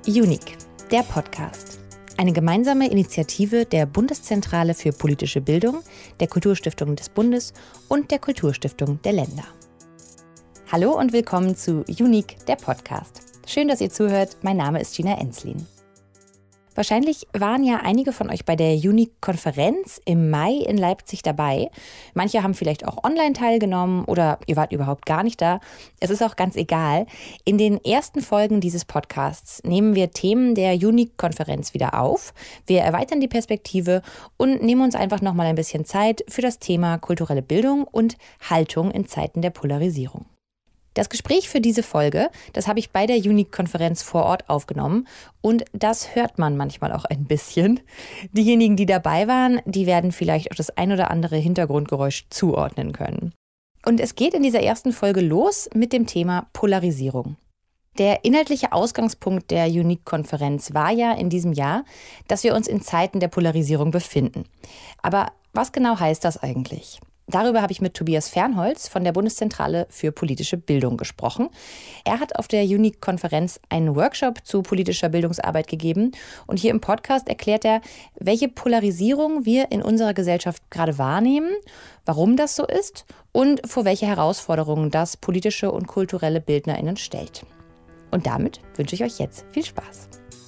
Unique, der Podcast. Eine gemeinsame Initiative der Bundeszentrale für politische Bildung, der Kulturstiftung des Bundes und der Kulturstiftung der Länder. Hallo und willkommen zu Unique, der Podcast. Schön, dass ihr zuhört. Mein Name ist Gina Enslin. Wahrscheinlich waren ja einige von euch bei der Unique-Konferenz im Mai in Leipzig dabei. Manche haben vielleicht auch online teilgenommen oder ihr wart überhaupt gar nicht da. Es ist auch ganz egal. In den ersten Folgen dieses Podcasts nehmen wir Themen der Unique-Konferenz wieder auf. Wir erweitern die Perspektive und nehmen uns einfach nochmal ein bisschen Zeit für das Thema kulturelle Bildung und Haltung in Zeiten der Polarisierung. Das Gespräch für diese Folge, das habe ich bei der Unique-Konferenz vor Ort aufgenommen und das hört man manchmal auch ein bisschen. Diejenigen, die dabei waren, die werden vielleicht auch das ein oder andere Hintergrundgeräusch zuordnen können. Und es geht in dieser ersten Folge los mit dem Thema Polarisierung. Der inhaltliche Ausgangspunkt der Unique-Konferenz war ja in diesem Jahr, dass wir uns in Zeiten der Polarisierung befinden. Aber was genau heißt das eigentlich? Darüber habe ich mit Tobias Fernholz von der Bundeszentrale für politische Bildung gesprochen. Er hat auf der Unique-Konferenz einen Workshop zu politischer Bildungsarbeit gegeben und hier im Podcast erklärt er, welche Polarisierung wir in unserer Gesellschaft gerade wahrnehmen, warum das so ist und vor welche Herausforderungen das politische und kulturelle BildnerInnen stellt. Und damit wünsche ich euch jetzt viel Spaß.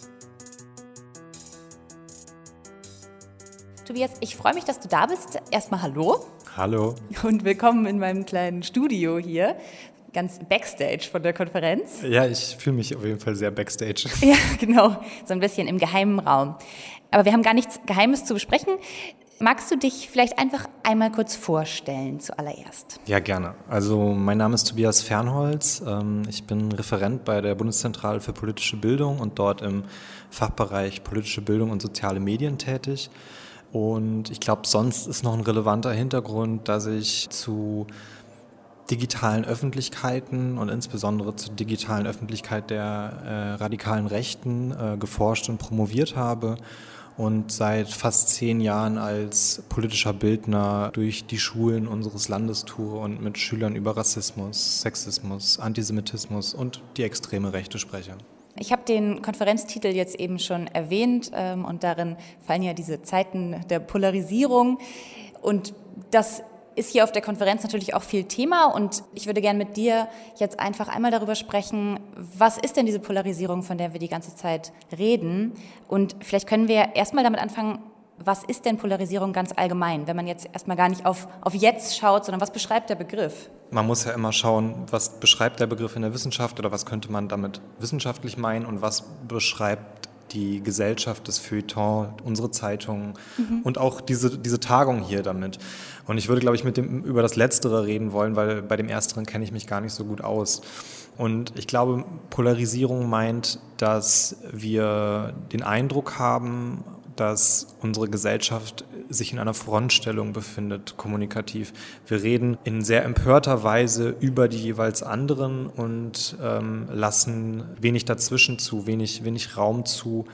Tobias, ich freue mich, dass du da bist. Erstmal hallo. Hallo. Und willkommen in meinem kleinen Studio hier, ganz Backstage von der Konferenz. Ja, ich fühle mich auf jeden Fall sehr Backstage. Ja, genau, so ein bisschen im geheimen Raum. Aber wir haben gar nichts Geheimes zu besprechen. Magst du dich vielleicht einfach einmal kurz vorstellen zuallererst? Ja, gerne. Also mein Name ist Tobias Fernholz. Ich bin Referent bei der Bundeszentrale für politische Bildung und dort im Fachbereich politische Bildung und soziale Medien tätig. Und ich glaube, sonst ist noch ein relevanter Hintergrund, dass ich zu digitalen Öffentlichkeiten und insbesondere zur digitalen Öffentlichkeit der radikalen Rechten geforscht und promoviert habe und seit fast 10 Jahren als politischer Bildner durch die Schulen unseres Landes toure und mit Schülern über Rassismus, Sexismus, Antisemitismus und die extreme Rechte spreche. Ich habe den Konferenztitel jetzt eben schon erwähnt und darin fallen ja diese Zeiten der Polarisierung und das ist hier auf der Konferenz natürlich auch viel Thema und ich würde gerne mit dir jetzt einfach einmal darüber sprechen, was ist denn diese Polarisierung, von der wir die ganze Zeit reden und vielleicht können wir erstmal damit anfangen, was ist denn Polarisierung ganz allgemein, wenn man jetzt erstmal gar nicht auf jetzt schaut, sondern was beschreibt der Begriff? Man muss ja immer schauen, was beschreibt der Begriff in der Wissenschaft oder was könnte man damit wissenschaftlich meinen und was beschreibt die Gesellschaft, das Feuilleton, unsere Zeitungen und auch diese Tagung hier damit. Und ich würde, glaube ich, über das Letztere reden wollen, weil bei dem Ersteren kenne ich mich gar nicht so gut aus. Und ich glaube, Polarisierung meint, dass wir den Eindruck haben, dass unsere Gesellschaft sich in einer Frontstellung befindet, kommunikativ. Wir reden in sehr empörter Weise über die jeweils anderen und lassen wenig dazwischen zu, wenig Raum zu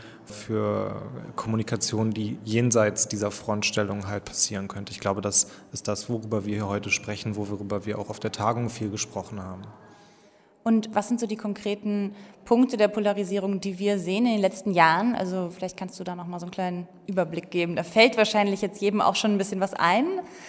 für Kommunikation, die jenseits dieser Frontstellung halt passieren könnte. Ich glaube, das ist das, worüber wir hier heute sprechen, worüber wir auch auf der Tagung viel gesprochen haben. Und was sind so die konkreten Punkte der Polarisierung, die wir sehen in den letzten Jahren? Also vielleicht kannst du da noch mal so einen kleinen Überblick geben. Da fällt wahrscheinlich jetzt jedem auch schon ein bisschen was ein.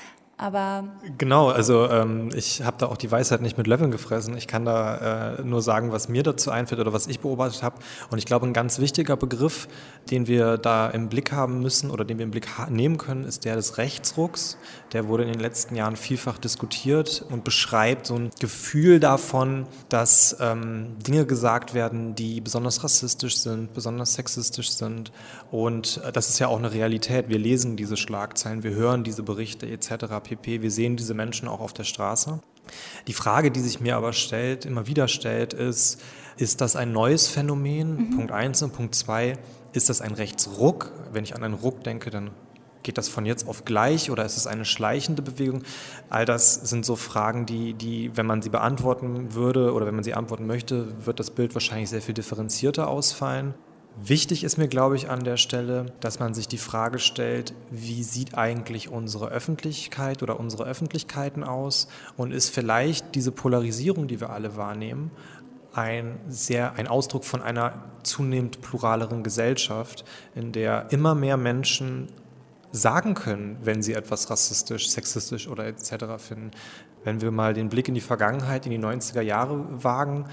Aber genau, also ich habe da auch die Weisheit nicht mit Löffeln gefressen. Ich kann da nur sagen, was mir dazu einfällt oder was ich beobachtet habe. Und ich glaube, ein ganz wichtiger Begriff, den wir da im Blick haben müssen oder den wir im Blick nehmen können, ist der des Rechtsrucks. Der wurde in den letzten Jahren vielfach diskutiert und beschreibt so ein Gefühl davon, dass Dinge gesagt werden, die besonders rassistisch sind, besonders sexistisch sind. Und das ist ja auch eine Realität. Wir lesen diese Schlagzeilen, wir hören diese Berichte etc. pp. Wir sehen diese Menschen auch auf der Straße. Die Frage, die sich mir aber immer wieder stellt, ist das ein neues Phänomen? Punkt 1 und Punkt 2, ist das ein Rechtsruck? Wenn ich an einen Ruck denke, dann geht das von jetzt auf gleich oder ist es eine schleichende Bewegung? All das sind so Fragen, die, wenn man sie beantworten würde oder wenn man sie antworten möchte, wird das Bild wahrscheinlich sehr viel differenzierter ausfallen. Wichtig ist mir, glaube ich, an der Stelle, dass man sich die Frage stellt, wie sieht eigentlich unsere Öffentlichkeit oder unsere Öffentlichkeiten aus und ist vielleicht diese Polarisierung, die wir alle wahrnehmen, ein Ausdruck von einer zunehmend pluraleren Gesellschaft, in der immer mehr Menschen sagen können, wenn sie etwas rassistisch, sexistisch oder etc. finden. Wenn wir mal den Blick in die Vergangenheit, in die 90er Jahre wagen,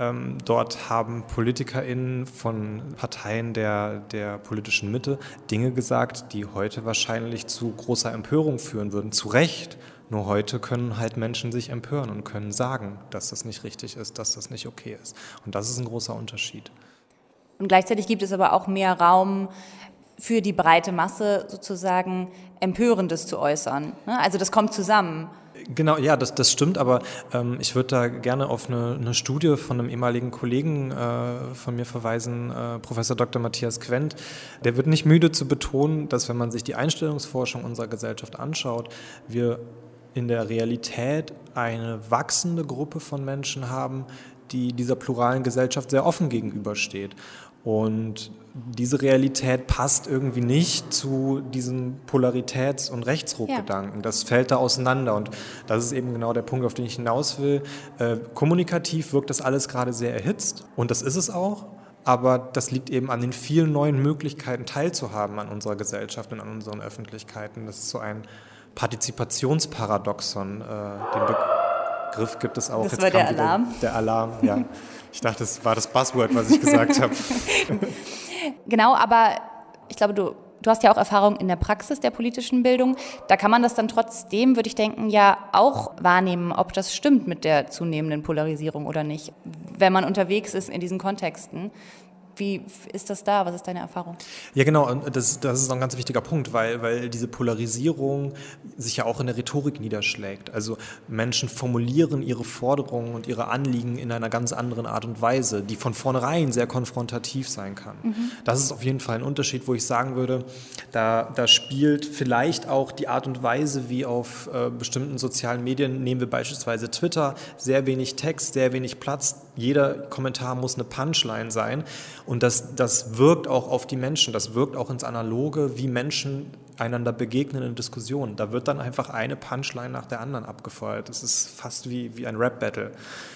dort haben PolitikerInnen von Parteien der politischen Mitte Dinge gesagt, die heute wahrscheinlich zu großer Empörung führen würden. Zu Recht. Nur heute können halt Menschen sich empören und können sagen, dass das nicht richtig ist, dass das nicht okay ist. Und das ist ein großer Unterschied. Und gleichzeitig gibt es aber auch mehr Raum für die breite Masse sozusagen Empörendes zu äußern. Also das kommt zusammen. Genau, ja, das stimmt, aber ich würde da gerne auf eine Studie von einem ehemaligen Kollegen von mir verweisen, Professor Dr. Matthias Quent. Der wird nicht müde zu betonen, dass wenn man sich die Einstellungsforschung unserer Gesellschaft anschaut, wir in der Realität eine wachsende Gruppe von Menschen haben, die dieser pluralen Gesellschaft sehr offen gegenübersteht. Und diese Realität passt irgendwie nicht zu diesem Polaritäts- und Rechtsruck-Gedanken. Ja. Das fällt da auseinander und das ist eben genau der Punkt, auf den ich hinaus will. Kommunikativ wirkt das alles gerade sehr erhitzt und das ist es auch. Aber das liegt eben an den vielen neuen Möglichkeiten, teilzuhaben an unserer Gesellschaft und an unseren Öffentlichkeiten. Das ist so ein Partizipationsparadoxon. Den Begriff gibt es auch. Das war der Alarm. Der Alarm, ja. Ich dachte, das war das Buzzword, was ich gesagt habe. Genau, aber ich glaube, du hast ja auch Erfahrung in der Praxis der politischen Bildung. Da kann man das dann trotzdem, würde ich denken, ja auch wahrnehmen, ob das stimmt mit der zunehmenden Polarisierung oder nicht, wenn man unterwegs ist in diesen Kontexten. Wie ist das da? Was ist deine Erfahrung? Ja, genau. Und das ist ein ganz wichtiger Punkt, weil diese Polarisierung sich ja auch in der Rhetorik niederschlägt. Also Menschen formulieren ihre Forderungen und ihre Anliegen in einer ganz anderen Art und Weise, die von vornherein sehr konfrontativ sein kann. Mhm. Das ist auf jeden Fall ein Unterschied, wo ich sagen würde, da spielt vielleicht auch die Art und Weise, wie auf bestimmten sozialen Medien, nehmen wir beispielsweise Twitter, sehr wenig Text, sehr wenig Platz. Jeder Kommentar muss eine Punchline sein. Und das wirkt auch auf die Menschen, das wirkt auch ins Analoge, wie Menschen einander begegnen in Diskussionen. Da wird dann einfach eine Punchline nach der anderen abgefeuert. Das ist fast wie ein Rap-Battle,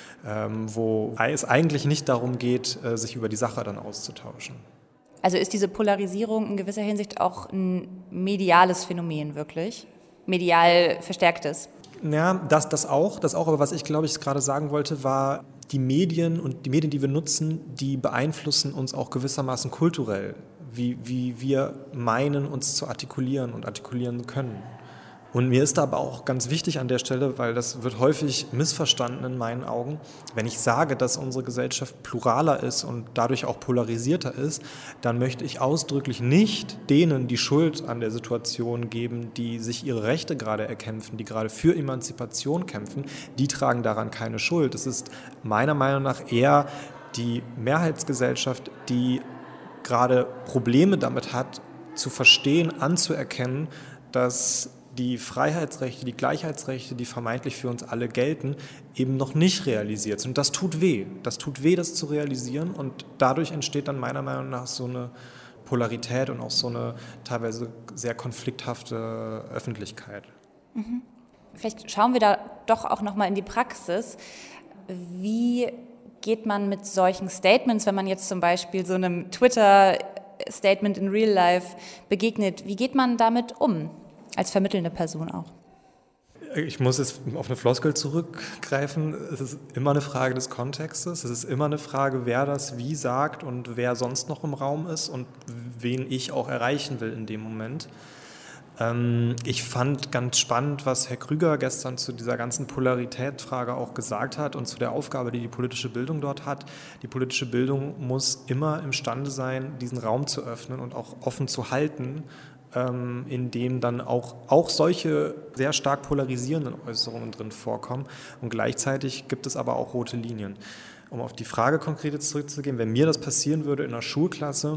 wo es eigentlich nicht darum geht, sich über die Sache dann auszutauschen. Also ist diese Polarisierung in gewisser Hinsicht auch ein mediales Phänomen wirklich? Medial verstärktes? Ja, das auch. Aber was ich, glaube ich, gerade sagen wollte, war, die Medien und die Medien, die wir nutzen, die beeinflussen uns auch gewissermaßen kulturell, wie wir meinen, uns zu artikulieren und artikulieren können. Und mir ist aber auch ganz wichtig an der Stelle, weil das wird häufig missverstanden in meinen Augen, wenn ich sage, dass unsere Gesellschaft pluraler ist und dadurch auch polarisierter ist, dann möchte ich ausdrücklich nicht denen die Schuld an der Situation geben, die sich ihre Rechte gerade erkämpfen, die gerade für Emanzipation kämpfen. Die tragen daran keine Schuld. Es ist meiner Meinung nach eher die Mehrheitsgesellschaft, die gerade Probleme damit hat, zu verstehen, anzuerkennen, dass die Freiheitsrechte, die Gleichheitsrechte, die vermeintlich für uns alle gelten, eben noch nicht realisiert sind. Und das tut weh. Das tut weh, das zu realisieren. Und dadurch entsteht dann meiner Meinung nach so eine Polarität und auch so eine teilweise sehr konflikthafte Öffentlichkeit. Mhm. Vielleicht schauen wir da doch auch nochmal in die Praxis. Wie geht man mit solchen Statements, wenn man jetzt zum Beispiel so einem Twitter-Statement in Real Life begegnet, wie geht man damit um? Als vermittelnde Person auch. Ich muss jetzt auf eine Floskel zurückgreifen. Es ist immer eine Frage des Kontextes. Es ist immer eine Frage, wer das wie sagt und wer sonst noch im Raum ist und wen ich auch erreichen will in dem Moment. Ich fand ganz spannend, was Herr Krüger gestern zu dieser ganzen Polaritätsfrage auch gesagt hat und zu der Aufgabe, die die politische Bildung dort hat. Die politische Bildung muss immer imstande sein, diesen Raum zu öffnen und auch offen zu halten, in dem dann auch solche sehr stark polarisierenden Äußerungen drin vorkommen. Und gleichzeitig gibt es aber auch rote Linien. Um auf die Frage konkret zurückzugehen, wenn mir das passieren würde in einer Schulklasse,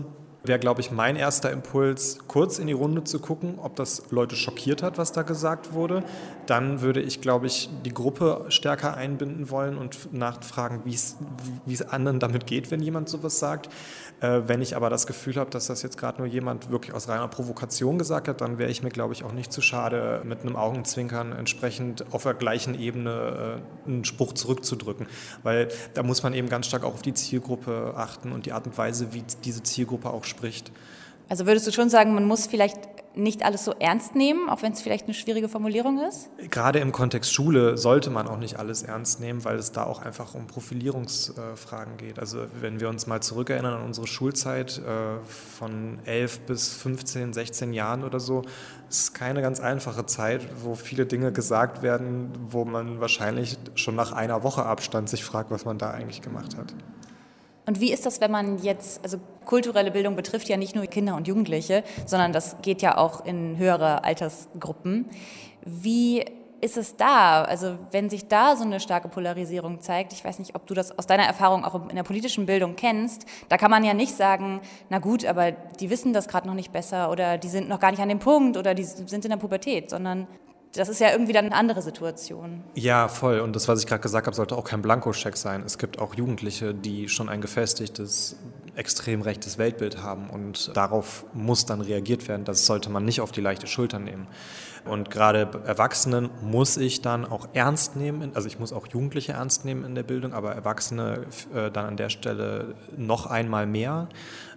wäre, glaube ich, mein erster Impuls, kurz in die Runde zu gucken, ob das Leute schockiert hat, was da gesagt wurde. Dann würde ich, glaube ich, die Gruppe stärker einbinden wollen und nachfragen, wie es anderen damit geht, wenn jemand sowas sagt. Wenn ich aber das Gefühl habe, dass das jetzt gerade nur jemand wirklich aus reiner Provokation gesagt hat, dann wäre ich mir, glaube ich, auch nicht zu schade, mit einem Augenzwinkern entsprechend auf der gleichen Ebene einen Spruch zurückzudrücken. Weil da muss man eben ganz stark auch auf die Zielgruppe achten und die Art und Weise, wie diese Zielgruppe auch spricht. Also würdest du schon sagen, man muss vielleicht nicht alles so ernst nehmen, auch wenn es vielleicht eine schwierige Formulierung ist? Gerade im Kontext Schule sollte man auch nicht alles ernst nehmen, weil es da auch einfach um Profilierungsfragen geht. Also wenn wir uns mal zurückerinnern an unsere Schulzeit von 11 bis 15, 16 Jahren oder so, ist keine ganz einfache Zeit, wo viele Dinge gesagt werden, wo man wahrscheinlich schon nach einer Woche Abstand sich fragt, was man da eigentlich gemacht hat. Und wie ist das, wenn man jetzt, also kulturelle Bildung betrifft ja nicht nur Kinder und Jugendliche, sondern das geht ja auch in höhere Altersgruppen. Wie ist es da? Also wenn sich da so eine starke Polarisierung zeigt, ich weiß nicht, ob du das aus deiner Erfahrung auch in der politischen Bildung kennst, da kann man ja nicht sagen, na gut, aber die wissen das gerade noch nicht besser oder die sind noch gar nicht an dem Punkt oder die sind in der Pubertät, sondern das ist ja irgendwie dann eine andere Situation. Ja, voll. Und das, was ich gerade gesagt habe, sollte auch kein Blankoscheck sein. Es gibt auch Jugendliche, die schon ein gefestigtes, extrem rechtes Weltbild haben. Und darauf muss dann reagiert werden. Das sollte man nicht auf die leichte Schulter nehmen. Und gerade Erwachsenen muss ich dann auch ernst nehmen. Also ich muss auch Jugendliche ernst nehmen in der Bildung, aber Erwachsene dann an der Stelle noch einmal mehr.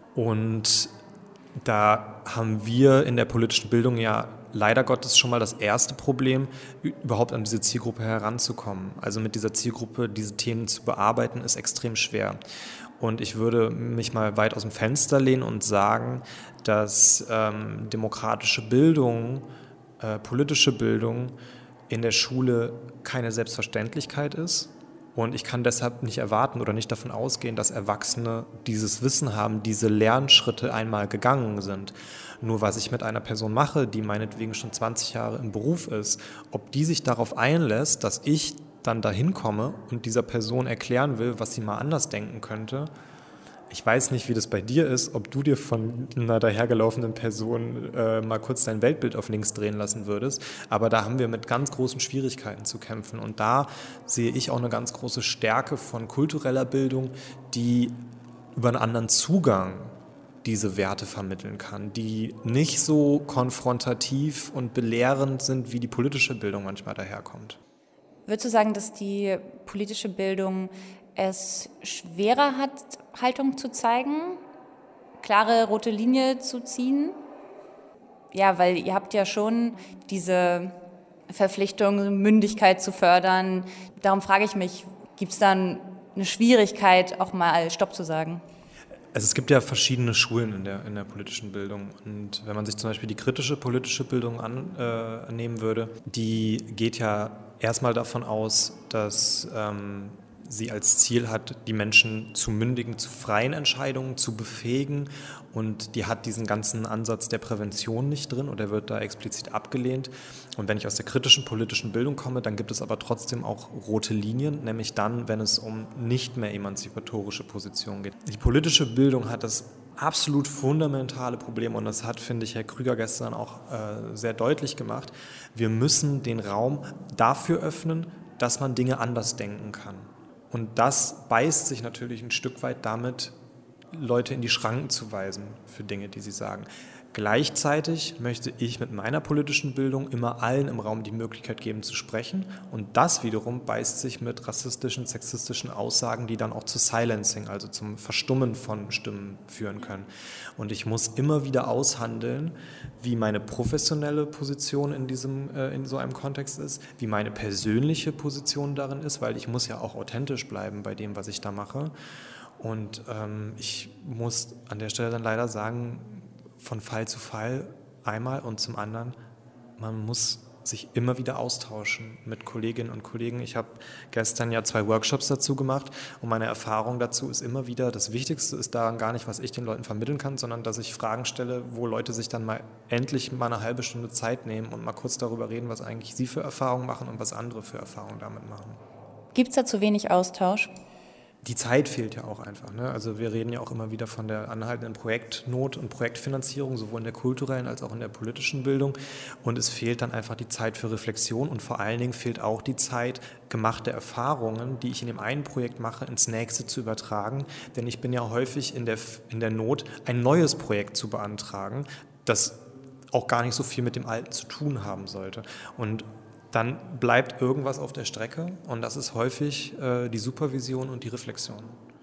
Und da haben wir in der politischen Bildung ja leider Gottes schon mal das erste Problem, überhaupt an diese Zielgruppe heranzukommen. Also mit dieser Zielgruppe diese Themen zu bearbeiten, ist extrem schwer. Und ich würde mich mal weit aus dem Fenster lehnen und sagen, dass demokratische Bildung, politische Bildung in der Schule keine Selbstverständlichkeit ist. Und ich kann deshalb nicht erwarten oder nicht davon ausgehen, dass Erwachsene dieses Wissen haben, diese Lernschritte einmal gegangen sind. Nur was ich mit einer Person mache, die meinetwegen schon 20 Jahre im Beruf ist, ob die sich darauf einlässt, dass ich dann dahin komme und dieser Person erklären will, was sie mal anders denken könnte. Ich weiß nicht, wie das bei dir ist, ob du dir von einer dahergelaufenen Person mal kurz dein Weltbild auf links drehen lassen würdest, aber da haben wir mit ganz großen Schwierigkeiten zu kämpfen und da sehe ich auch eine ganz große Stärke von kultureller Bildung, die über einen anderen Zugang diese Werte vermitteln kann, die nicht so konfrontativ und belehrend sind, wie die politische Bildung manchmal daherkommt. Würdest du sagen, dass die politische Bildung es schwerer hat, Haltung zu zeigen, klare rote Linie zu ziehen? Ja, weil ihr habt ja schon diese Verpflichtung, Mündigkeit zu fördern. Darum frage ich mich, gibt es dann eine Schwierigkeit, auch mal Stopp zu sagen? Also es gibt ja verschiedene Schulen in der politischen Bildung und wenn man sich zum Beispiel die kritische politische Bildung annehmen würde, die geht ja erstmal davon aus, dass sie als Ziel hat, die Menschen zu mündigen, zu freien Entscheidungen zu befähigen und die hat diesen ganzen Ansatz der Prävention nicht drin oder wird da explizit abgelehnt. Und wenn ich aus der kritischen politischen Bildung komme, dann gibt es aber trotzdem auch rote Linien, nämlich dann, wenn es um nicht mehr emanzipatorische Positionen geht. Die politische Bildung hat das absolut fundamentale Problem und das hat, finde ich, Herr Krüger gestern auch sehr deutlich gemacht. Wir müssen den Raum dafür öffnen, dass man Dinge anders denken kann. Und das beißt sich natürlich ein Stück weit damit, Leute in die Schranken zu weisen für Dinge, die sie sagen. Gleichzeitig möchte ich mit meiner politischen Bildung immer allen im Raum die Möglichkeit geben, zu sprechen. Und das wiederum beißt sich mit rassistischen, sexistischen Aussagen, die dann auch zu Silencing, also zum Verstummen von Stimmen führen können. Und ich muss immer wieder aushandeln, wie meine professionelle Position in so einem Kontext ist, wie meine persönliche Position darin ist, weil ich muss ja auch authentisch bleiben bei dem, was ich da mache. Und ich muss an der Stelle dann leider sagen, von Fall zu Fall einmal und zum anderen, man muss sich immer wieder austauschen mit Kolleginnen und Kollegen. Ich habe gestern ja 2 Workshops dazu gemacht und meine Erfahrung dazu ist immer wieder, das Wichtigste ist daran gar nicht, was ich den Leuten vermitteln kann, sondern dass ich Fragen stelle, wo Leute sich dann mal endlich mal eine halbe Stunde Zeit nehmen und mal kurz darüber reden, was eigentlich sie für Erfahrungen machen und was andere für Erfahrungen damit machen. Gibt es da zu wenig Austausch? die Zeit fehlt ja auch einfach. Ne? Also wir reden ja auch immer wieder von der anhaltenden Projektnot und Projektfinanzierung, sowohl in der kulturellen als auch in der politischen Bildung. Und es fehlt dann einfach die Zeit für Reflexion und vor allen Dingen fehlt auch die Zeit, gemachte Erfahrungen, die ich in dem einen Projekt mache, ins nächste zu übertragen. Denn ich bin ja häufig in der Not, ein neues Projekt zu beantragen, das auch gar nicht so viel mit dem alten zu tun haben sollte. Und dann bleibt irgendwas auf der Strecke und das ist häufig die Supervision und die Reflexion.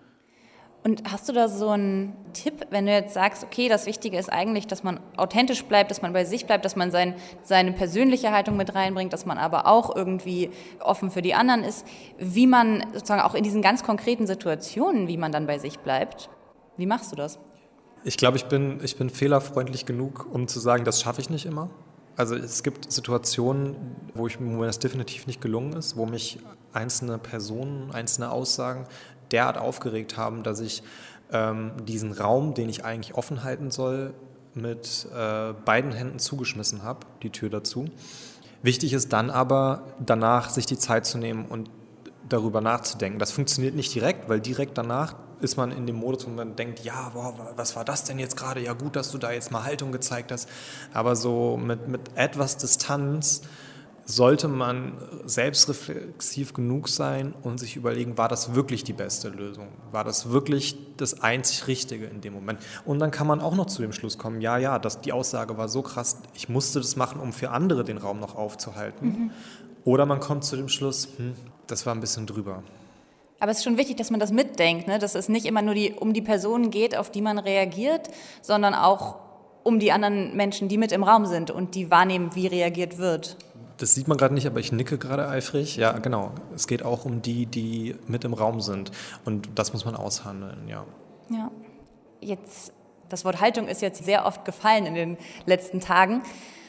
Und hast du da so einen Tipp, wenn du jetzt sagst, okay, das Wichtige ist eigentlich, dass man authentisch bleibt, dass man bei sich bleibt, dass man seine persönliche Haltung mit reinbringt, dass man aber auch irgendwie offen für die anderen ist, wie man sozusagen auch in diesen ganz konkreten Situationen, wie man dann bei sich bleibt, wie machst du das? Ich glaube, ich bin fehlerfreundlich genug, um zu sagen, das schaffe ich nicht immer. Also es gibt Situationen, wo mir das definitiv nicht gelungen ist, wo mich einzelne Personen, einzelne Aussagen derart aufgeregt haben, dass ich diesen Raum, den ich eigentlich offen halten soll, mit beiden Händen zugeschmissen habe, die Tür dazu. Wichtig ist dann aber, danach sich die Zeit zu nehmen und darüber nachzudenken. Das funktioniert nicht direkt, weil direkt danach ist man in dem Modus, wo man denkt, ja, boah, was war das denn jetzt gerade? Ja gut, dass du da jetzt mal Haltung gezeigt hast. Aber so mit etwas Distanz sollte man selbstreflexiv genug sein und sich überlegen, war das wirklich die beste Lösung? War das wirklich das einzig Richtige in dem Moment? Und dann kann man auch noch zu dem Schluss kommen, die Aussage war so krass, ich musste das machen, um für andere den Raum noch aufzuhalten. Mhm. Oder man kommt zu dem Schluss, das war ein bisschen drüber. Aber es ist schon wichtig, dass man das mitdenkt, ne? Dass es nicht immer nur um die Personen geht, auf die man reagiert, sondern auch um die anderen Menschen, die mit im Raum sind und die wahrnehmen, wie reagiert wird. Das sieht man gerade nicht, aber ich nicke gerade eifrig. Ja, genau. Es geht auch um die mit im Raum sind. Und das muss man aushandeln, ja. Ja. Jetzt, das Wort Haltung ist jetzt sehr oft gefallen in den letzten Tagen.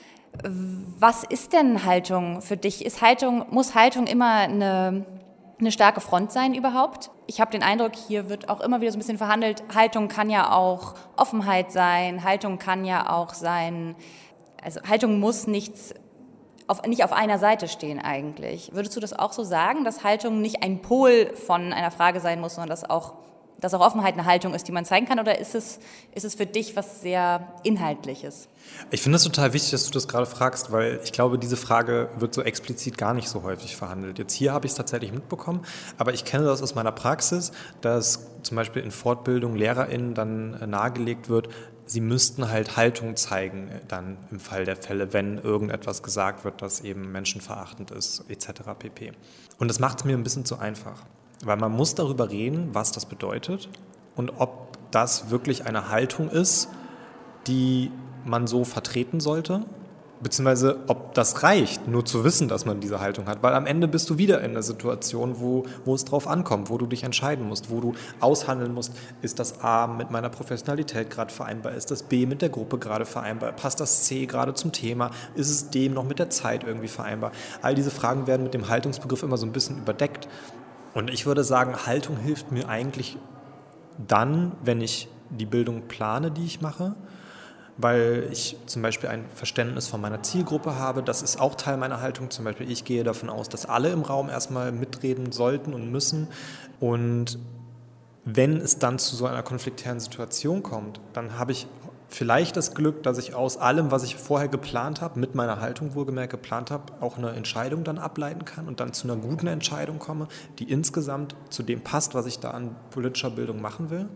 Was ist denn Haltung für dich? Muss Haltung immer eine starke Front sein überhaupt? Ich habe den Eindruck, hier wird auch immer wieder so ein bisschen verhandelt, Haltung kann ja auch Offenheit sein, Haltung kann ja auch sein, also Haltung muss nicht auf einer Seite stehen eigentlich. Würdest du das auch so sagen, dass Haltung nicht ein Pol von einer Frage sein muss, sondern dass auch Offenheit eine Haltung ist, die man zeigen kann? Oder ist es für dich was sehr Inhaltliches? Ich finde es total wichtig, dass du das gerade fragst, weil ich glaube, diese Frage wird so explizit gar nicht so häufig verhandelt. Jetzt hier habe ich es tatsächlich mitbekommen, aber ich kenne das aus meiner Praxis, dass zum Beispiel in Fortbildung LehrerInnen dann nahegelegt wird, sie müssten halt Haltung zeigen dann im Fall der Fälle, wenn irgendetwas gesagt wird, das eben menschenverachtend ist, etc. pp. Und das macht es mir ein bisschen zu einfach. Weil man muss darüber reden, was das bedeutet und ob das wirklich eine Haltung ist, die man so vertreten sollte, beziehungsweise ob das reicht, nur zu wissen, dass man diese Haltung hat. Weil am Ende bist du wieder in einer Situation, wo es drauf ankommt, wo du dich entscheiden musst, wo du aushandeln musst, ist das A mit meiner Professionalität gerade vereinbar, ist das B mit der Gruppe gerade vereinbar, passt das C gerade zum Thema, ist es D noch mit der Zeit irgendwie vereinbar. All diese Fragen werden mit dem Haltungsbegriff immer so ein bisschen überdeckt. Und ich würde sagen, Haltung hilft mir eigentlich dann, wenn ich die Bildung plane, die ich mache, weil ich zum Beispiel ein Verständnis von meiner Zielgruppe habe. Das ist auch Teil meiner Haltung. Zum Beispiel, ich gehe davon aus, dass alle im Raum erstmal mitreden sollten und müssen. Und wenn es dann zu so einer konfliktären Situation kommt, dann habe ich vielleicht das Glück, dass ich aus allem, was ich vorher geplant habe, mit meiner Haltung wohlgemerkt geplant habe, auch eine Entscheidung dann ableiten kann und dann zu einer guten Entscheidung komme, die insgesamt zu dem passt, was ich da an politischer Bildung machen will.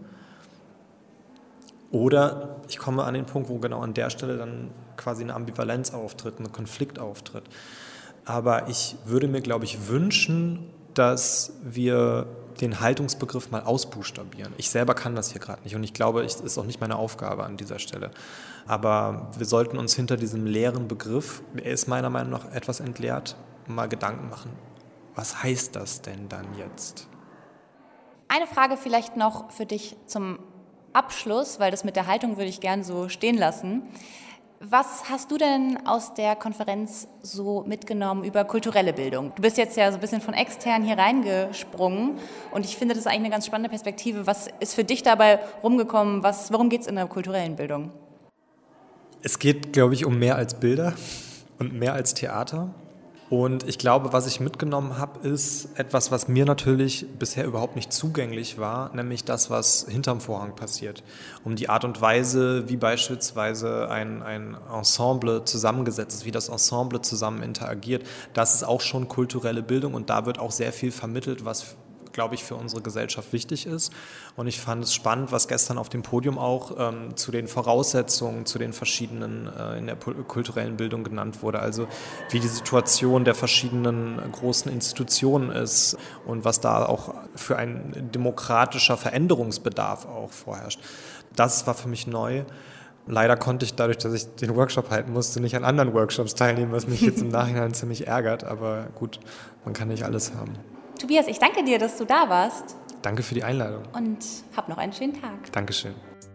Oder ich komme an den Punkt, wo genau an der Stelle dann quasi eine Ambivalenz auftritt, ein Konflikt auftritt. Aber ich würde mir, glaube ich, wünschen, dass wir den Haltungsbegriff mal ausbuchstabieren. Ich selber kann das hier gerade nicht und ich glaube, es ist auch nicht meine Aufgabe an dieser Stelle. Aber wir sollten uns hinter diesem leeren Begriff, er ist meiner Meinung nach etwas entleert, mal Gedanken machen. Was heißt das denn dann jetzt? Eine Frage vielleicht noch für dich zum Abschluss, weil das mit der Haltung würde ich gern so stehen lassen. Was hast du denn aus der Konferenz so mitgenommen über kulturelle Bildung? Du bist jetzt ja so ein bisschen von extern hier reingesprungen und ich finde, das ist eigentlich eine ganz spannende Perspektive. Was ist für dich dabei rumgekommen? Worum geht es in der kulturellen Bildung? Es geht, glaube ich, um mehr als Bilder und mehr als Theater. Und ich glaube, was ich mitgenommen habe, ist etwas, was mir natürlich bisher überhaupt nicht zugänglich war, nämlich das, was hinterm Vorhang passiert. Um die Art und Weise, wie beispielsweise ein Ensemble zusammengesetzt ist, wie das Ensemble zusammen interagiert, das ist auch schon kulturelle Bildung und da wird auch sehr viel vermittelt, was, glaube ich, für unsere Gesellschaft wichtig ist. Und ich fand es spannend, was gestern auf dem Podium auch zu den Voraussetzungen, zu den verschiedenen in der kulturellen Bildung genannt wurde. Also wie die Situation der verschiedenen großen Institutionen ist und was da auch für ein demokratischer Veränderungsbedarf auch vorherrscht. Das war für mich neu. Leider konnte ich dadurch, dass ich den Workshop halten musste, nicht an anderen Workshops teilnehmen, was mich jetzt im Nachhinein ziemlich ärgert. Aber gut, man kann nicht alles haben. Tobias, ich danke dir, dass du da warst. Danke für die Einladung. Und hab noch einen schönen Tag. Dankeschön.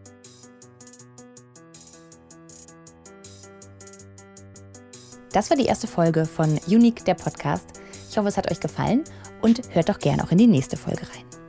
Das war die erste Folge von Unique, der Podcast. Ich hoffe, es hat euch gefallen und hört doch gerne auch in die nächste Folge rein.